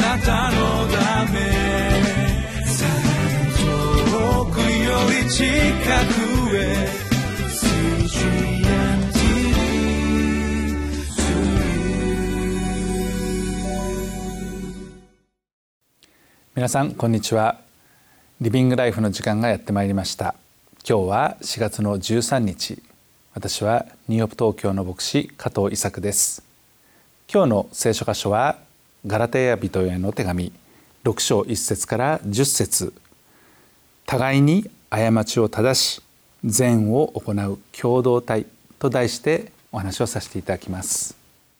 なたのため遠くより近くへ皆さんこんにちは。リビングライフの時間がやってまいりました。今日は4月の13日。私はニューヨーク東京の牧師加藤伊作です。今日の聖書箇所はガラテヤ人への手紙6章1節から10節。互いに過ちを正し善を行う共同体と題してお話をさせていただきます。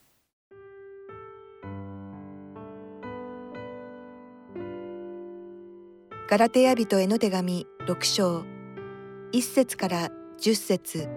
ガラテヤ人への手紙6章1節から10節。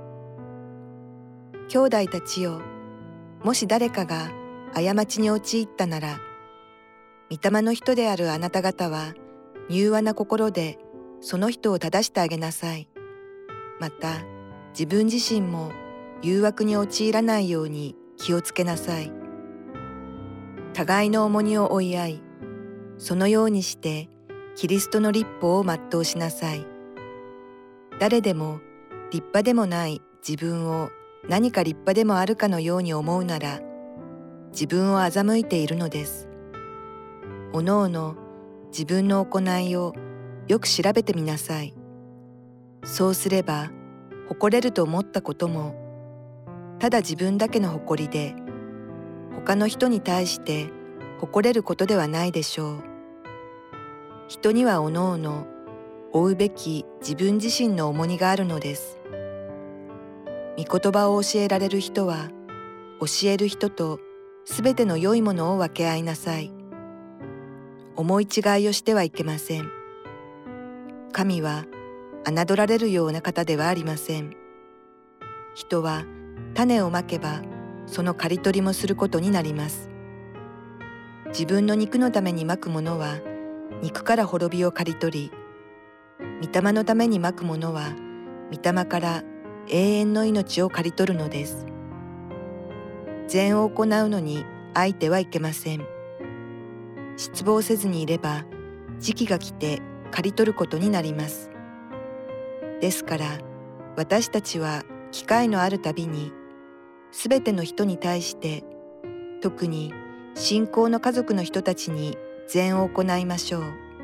兄弟たちよ、もし誰かが過ちに陥ったなら、御霊の人であるあなた方は柔和な心でその人を正してあげなさい。また自分自身も誘惑に陥らないように気をつけなさい。互いの重荷を負い合い、そのようにしてキリストの律法を全うしなさい。誰でも立派でもない自分を何か立派でもあるかのように思うなら、自分を欺いているのです。おのおの自分の行いをよく調べてみなさい。そうすれば誇れると思ったことも、ただ自分だけの誇りで、他の人に対して誇れることではないでしょう。人にはおのおの負うべき自分自身の重荷があるのです。御言葉を教えられる人は、教える人とすべての良いものを分け合いなさい。思い違いをしてはいけません。神は侮られるような方ではありません。人は種をまけば、その刈り取りもすることになります。自分の肉のためにまくものは、肉から滅びを刈り取り、御霊のためにまくものは、御霊から永遠の命を刈り取るのです。善を行うのに相手はいけません。失望せずにいれば、時期が来て刈り取ることになります。ですから、私たちは機会のあるたびに、すべての人に対して、特に信仰の家族の人たちに善を行いましょう。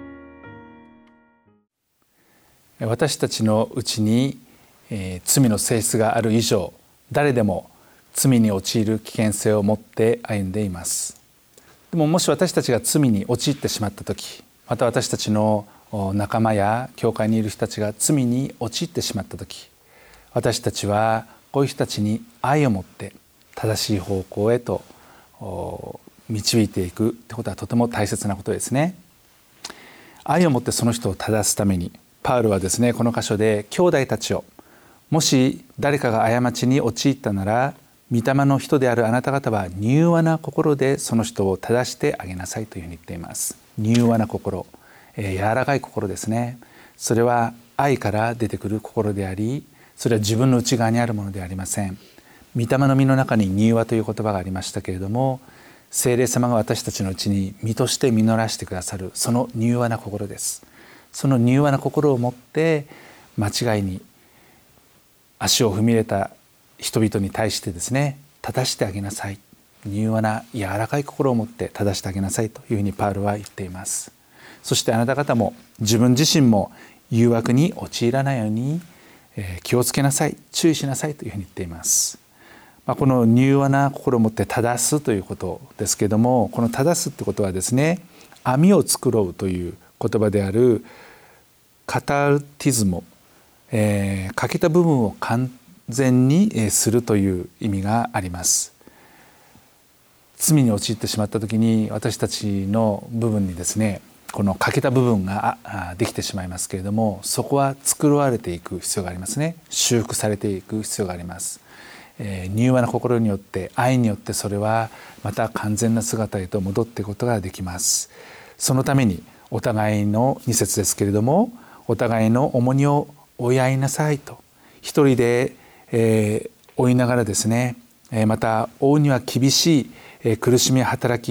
私たちのうちに、罪の性質がある以上、誰でも罪に陥る危険性を持って歩んでいます。でももし私たちが罪に陥ってしまった時、また私たちの仲間や教会にいる人たちが罪に陥ってしまった時、私たちはこういう人たちに愛を持って正しい方向へと導いていくってことはとても大切なことですね。愛を持ってその人を正すために、パウロはですね、この箇所で兄弟たちを、もし誰かが過ちに陥ったなら、御霊の人であるあなた方は柔和な心でその人を正してあげなさいというふうに言っています。柔和な心、柔らかい心ですね。それは愛から出てくる心であり、それは自分の内側にあるものではありません。御霊の実の中に柔和という言葉がありましたけれども、聖霊様が私たちのうちに実として実らしてくださる、その柔和な心です。その柔和な心を持って間違いに足を踏み入れた人々に対してですね、正してあげなさい。柔和な柔らかい心を持って正してあげなさいというふうにパウロは言っています。そしてあなた方も自分自身も誘惑に陥らないように気をつけなさい、注意しなさいというふうに言っています。この柔和な心を持って正すということですけれども、この正すってことはですね、網を作ろうという言葉であるカタルティズモ、欠けた部分を完全にするという意味があります。罪に陥ってしまった時に私たちの部分にですね、この欠けた部分ができてしまいますけれども、そこは作られていく必要がありますね。修復されていく必要があります。柔和な心によって、愛によって、それはまた完全な姿へと戻っていくことができます。そのためにお互いの2節ですけれども、お互いの重荷を負い合いなさいと、一人で、負いながらですね、また負うには厳しい苦しみや働き、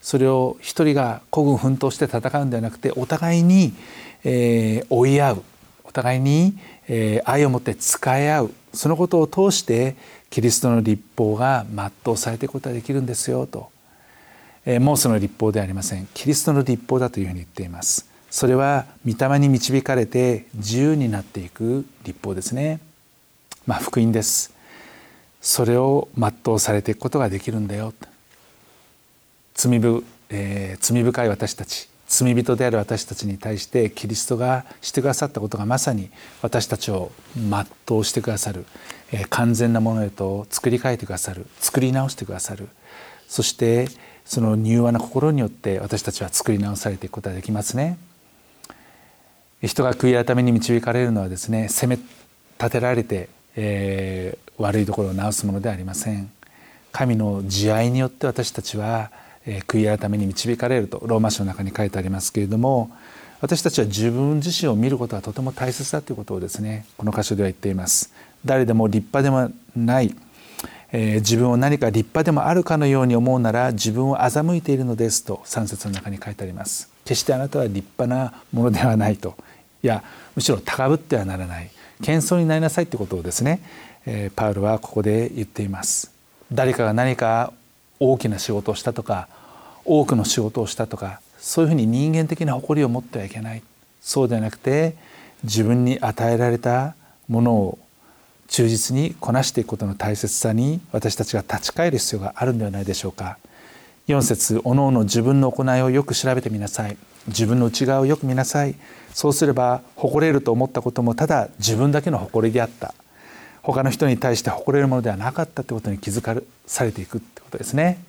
それを一人が孤軍奮闘して戦うんではなくて、お互いに追い合う、お互いに愛を持って仕え合う、そのことを通してキリストの律法が全うされていくことができるんですよと。モーセの律法ではありません。キリストの律法だというふうに言っています。それは御霊に導かれて自由になっていく律法ですね。福音です。それを全うされていくことができるんだよ。罪深い私たち、罪人である私たちに対してキリストがしてくださったことがまさに私たちを全うしてくださる、完全なものへと作り変えてくださる、作り直してくださる。そしてその柔和な心によって私たちは作り直されていくことができますね。人が悔い改めに導かれるのはですね、責め立てられて、悪いところを直すものではありません。神の慈愛によって私たちは悔い改めに導かれるとローマ書の中に書いてありますけれども、私たちは自分自身を見ることはとても大切だということをですね、この箇所では言っています。誰でも立派でもない、自分を何か立派でもあるかのように思うなら自分を欺いているのですと3節の中に書いてあります。決してあなたは立派なものではないと、いやむしろ高ぶってはならない、謙遜になりなさいということをですね、パウロはここで言っています。誰かが何か大きな仕事をしたとか多くの仕事をしたとか、そういうふうに人間的な誇りを持ってはいけない。そうではなくて、自分に与えられたものを忠実にこなしていくことの大切さに私たちが立ち返る必要があるのではないでしょうか。4節、おのおの自分の行いをよく調べてみなさい。自分の内側をよく見なさい。そうすれば誇れると思ったこともただ自分だけの誇りであった。他の人に対して誇れるものではなかったということに気づかされていくということですね。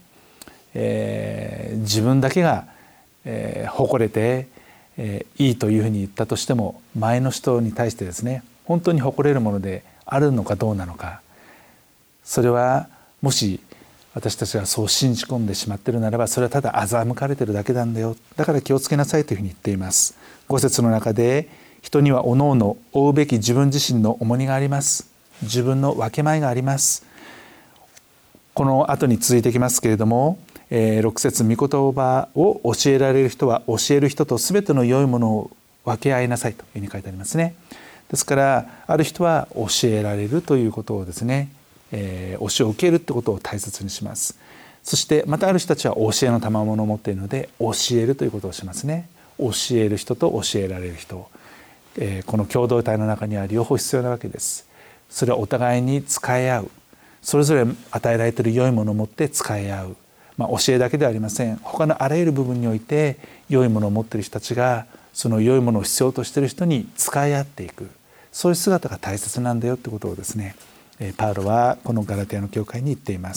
自分だけが、誇れて、いいというふうに言ったとしても、前の人に対してですね、本当に誇れるものであるのかどうなのか、それはもし私たちがそう信じ込んでしまっているならば、それはただ欺かれているだけなんだよ。だから気をつけなさいというふうに言っています。5節の中で、人にはおのおの負うべき自分自身の重荷があります。自分の分け前があります。この後に続いていきますけれども、6節、御言葉を教えられる人は教える人とすべての良いものを分け合いなさいというふうに書いてありますね。ですからある人は教えられるということをですね、教えを受けるってことを大切にします。そしてまたある人たちは教えの賜物を持っているので教えるということをしますね。教える人と教えられる人、この共同体の中には両方必要なわけです。それはお互いに使い合う、それぞれ与えられている良いものを持って使い合う、教えだけではありません。他のあらゆる部分において良いものを持っている人たちがその良いものを必要としている人に使い合っていく、そういう姿が大切なんだよということをですね、パウロはこのガラテヤの教会に言っています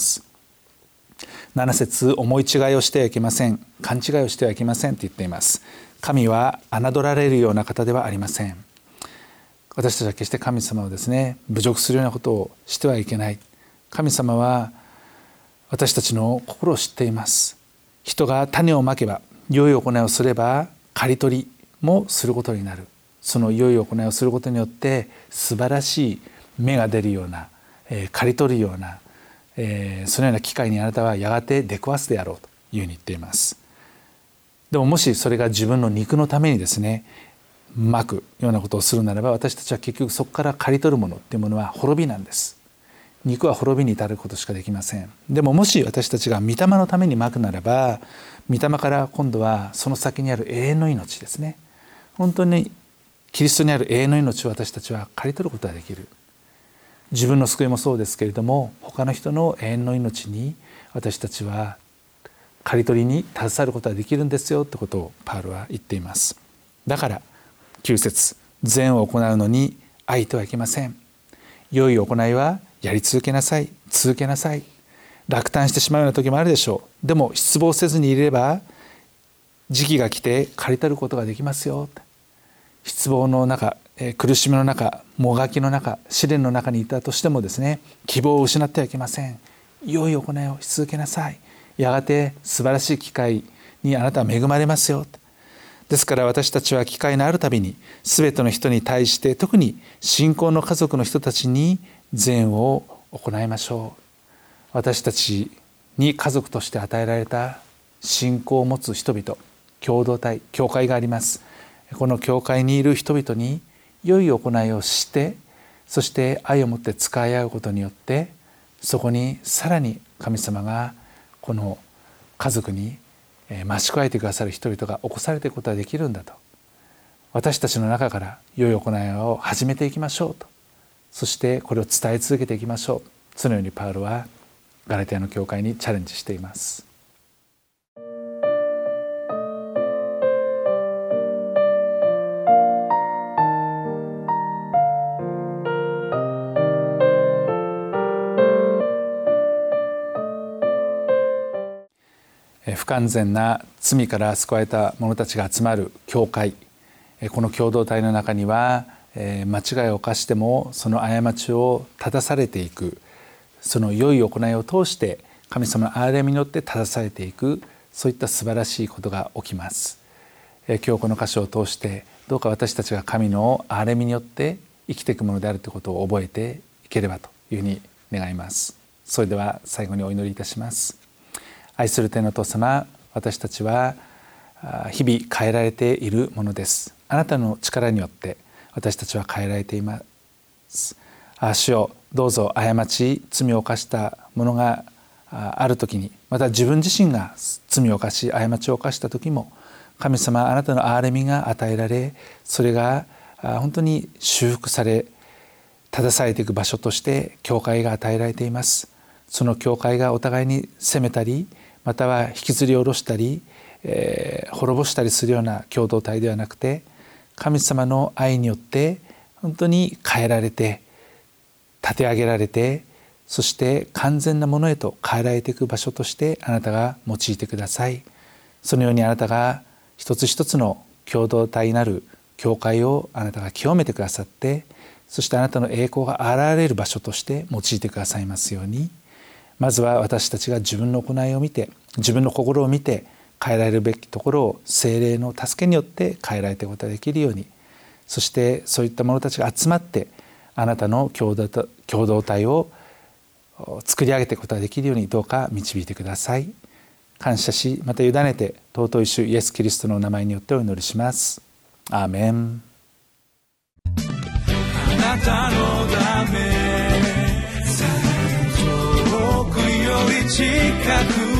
。7節、思い違いをしてはいけません、勘違いをしてはいけませんと言っています。神は侮られるような方ではありません。私たちは決して神様をですね、侮辱するようなことをしてはいけない。神様は私たちの心を知っています。人が種をまけば、良い行いをすれば刈り取りもすることになる。その良い行いをすることによって素晴らしい芽が出るような、刈り取るような、そのような機会にあなたはやがて出くわすであろうというふうに言っています。でももしそれが自分の肉のためにですね、まくようなことをするならば、私たちは結局そこから刈り取るものっていうものは滅びなんです。肉は滅びに至ることしかできません。でももし私たちが御霊のためにまくならば、御霊から今度はその先にある永遠の命ですね、本当にキリストにある永遠の命を私たちは刈り取ることができる。自分の救いもそうですけれども、他の人の永遠の命に私たちは刈り取りに携わることができるんですよということをパウロは言っています。だから9節、善を行うのに愛とはいけません。良い行いはやり続けなさい、続けなさい。落胆してしまうような時もあるでしょう。でも失望せずにいれば時期が来て刈り取ることができますよ。失望の中、苦しみの中、もがきの中、試練の中にいたとしてもですね、希望を失ってはいけません。良い行いをし続けなさい。やがて素晴らしい機会にあなたは恵まれますよ。ですから私たちは機会のあるたびに全ての人に対して、特に信仰の家族の人たちに善を行いましょう。私たちに家族として与えられた信仰を持つ人々、共同体、教会があります。この教会にいる人々に良い行いをして、そして愛を持って使い合うことによって、そこにさらに神様がこの家族に増し加えてくださる人々が起こされていくことができるんだと、私たちの中から良い行いを始めていきましょうと、そしてこれを伝え続けていきましょう、そのようにパウロはガラテヤの教会にチャレンジしています。不完全な罪から救われた者たちが集まる教会、この共同体の中には間違いを犯してもその過ちを正されていく、その良い行いを通して神様の憐れみによって正されていく、そういった素晴らしいことが起きます。今日この箇所を通してどうか私たちが神の憐れみによって生きていくものであるということを覚えていければというふうに願います。それでは最後にお祈りいたします。愛する天のお父様、私たちは日々変えられているものです。あなたの力によって私たちは変えられています。主よ、どうぞ過ち、罪を犯したものがあるときに、また自分自身が罪を犯し過ちを犯したときも、神様あなたの憐れみが与えられ、それが本当に修復され正されていく場所として教会が与えられています。その教会がお互いに責めたり、または引きずり下ろしたり、滅ぼしたりするような共同体ではなくて、神様の愛によって本当に変えられて立て上げられて、そして完全なものへと変えられていく場所としてあなたが用いてください。そのようにあなたが一つ一つの共同体なる教会をあなたが清めてくださって、そしてあなたの栄光が現れる場所として用いてくださいますように、まずは私たちが自分の行いを見て、自分の心を見て変えられるべきところを聖霊の助けによって変えられていくことができるように、そしてそういった者たちが集まってあなたの共同体を作り上げていくことができるようにどうか導いてください。感謝し、また委ねて尊い主イエス・キリストの名前によってお祈りします。アーメン。 あなたのため遠くより近く